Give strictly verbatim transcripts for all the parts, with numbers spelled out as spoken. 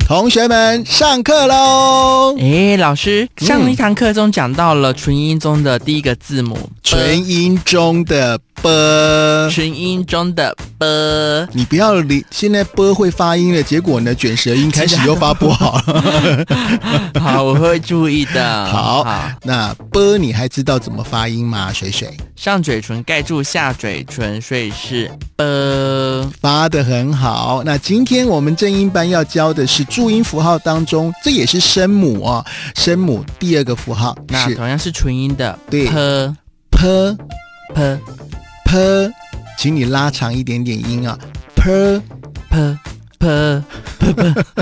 同学们上课喽！ 哎，老师，上一堂课中讲到了纯音中的第一个字母， 纯音中的 b， 纯音中的 b， 你不要理，现在 b 会发音了，结果呢，卷舌音开始又发不好了。 好，我会注意的。 好，好，那 b 你还知道怎么发音吗？水水， 上嘴唇盖住下嘴唇，所以是 b， 发得很好。那今天我们正音班要教的是注音符号当中，这也是声母哦，声母第二个符号， 那同样是纯音的， 对 p p p p， 请你拉长一点点音啊 ，p p p p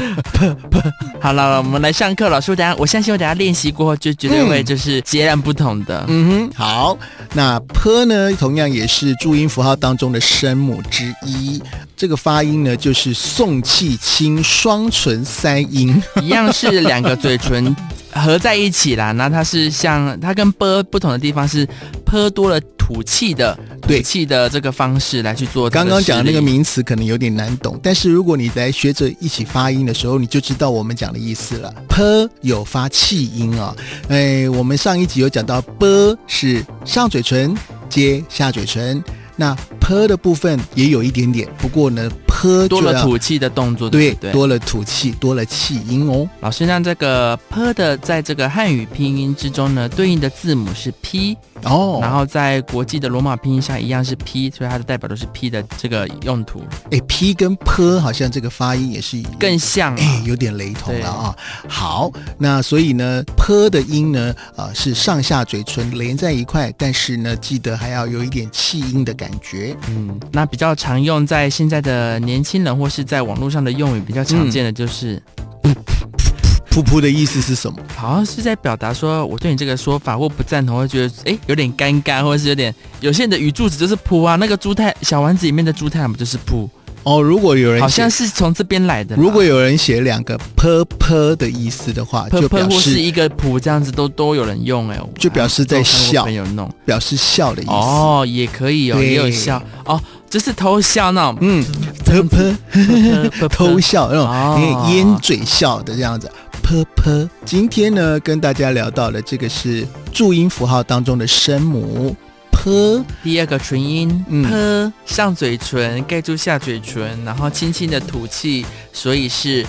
p p。好了，我们来上课。老师，我等下我相信我等下练习过后，就绝对会就是截然不同的。 嗯哼，好，那 p 呢，同样也是注音符号当中的声母之一。这个发音呢，就是送气清双唇塞音， 一样是两个嘴唇合在一起啦。那它是像它跟 b 不同的地方是 p 多了吐气的。吐气的这个方式来去做。 刚刚讲的那个名词可能有点难懂，但是如果你来学着一起发音的时候，你就知道我们讲的意思了。p 有发气音啊、哦，哎，我们上一集有讲到 b 是上嘴唇接下嘴唇，那 p 的部分也有一点点，不过呢 p 多了吐气的动作， 对， 对不对？ 多了吐气，多了气音哦。 老师，那这个 p 的在这个汉语拼音之中呢，对应的字母是 p。哦，然后在国际的罗马拼音上一样是 P， 所以它的代表都是 P 的这个用途。 哎 ，P 跟 P 好像这个发音也是更像、啊， 哎，有点雷同了啊。好，那所以呢 ，P 的音呢，呃，是上下嘴唇连在一块，但是呢，记得还要有一点气音的感觉。 嗯，那比较常用在现在的年轻人或是在网络上的用语，比较常见的就是。 嗯噗噗的意思是什么？ 好像是在表达说我对你这个说法或不赞同，会觉得哎有点尴尬，或者是有点有些人的语助词就是噗啊，那个猪太小丸子里面的猪太郎不就是噗？ 哦，如果有人好像是从这边来的， 如果有人写两个 p p 的意思的话，就表示或是一个噗这样子都都有人用哎， 就表示在笑， 朋友弄表示笑的意思哦，也可以哦，也有笑哦。就是偷笑那种， 嗯，噗噗，偷笑那种，哦、烟嘴笑的这样子，噗噗。今天呢，跟大家聊到的这个是注音符号当中的声母 p， 第二个纯音 p，、嗯、上嘴唇盖住下嘴唇，然后轻轻的吐气，所以是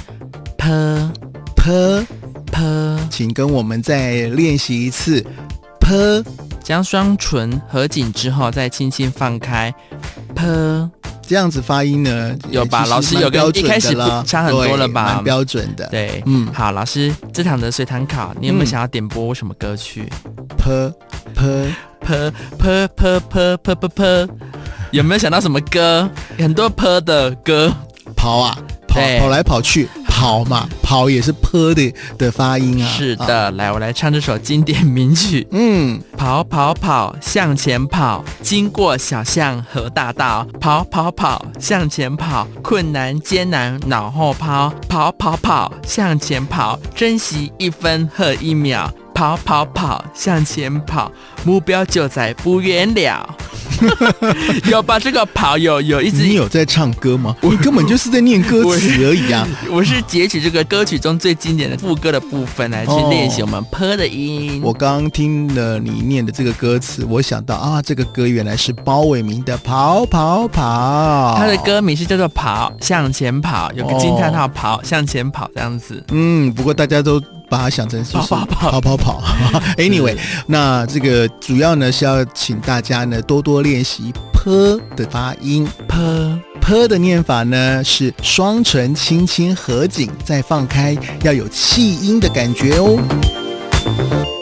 p p p。 请跟我们再练习一次 p。 将双唇合紧之后，再轻轻放开 p， 这样子发音呢， 有吧？老师有跟一开始差很多了吧？ 蛮标准的。 对，嗯，好，老师，这堂的随堂考，你有没有想要点播什么歌曲 ？p p p p p p p p p， 有没有想到什么歌？很多 p 的歌， 跑啊，跑跑来跑去。跑嘛，跑也是 p 的的发音啊。 是的，啊、来，我来唱这首经典名曲。 嗯， 跑跑跑，向前跑，经过小巷和大道。跑跑跑，向前跑，困难艰难脑后抛。跑跑跑，向前跑，珍惜一分和一秒。跑跑跑，向前跑，目标就在不远了。有吧？这个跑有有一直你有在唱歌吗？我根本就是在念歌词而已啊！ 我是截取这个歌曲中最经典的副歌的部分来去练习我们 p 的音。 我刚刚听了你念的这个歌词，我想到啊，这个歌原来是包伟明的《跑跑跑》， 他的歌名是叫做《跑向前跑》，有个惊叹号，跑向前跑这样子。 嗯，不过大家都把它想成是跑跑跑跑跑跑。Anyway， 那这个主要呢是要请大家呢多多练习 p 的发音。p p 的念法呢是双唇轻轻合紧再放开，要有气音的感觉哦。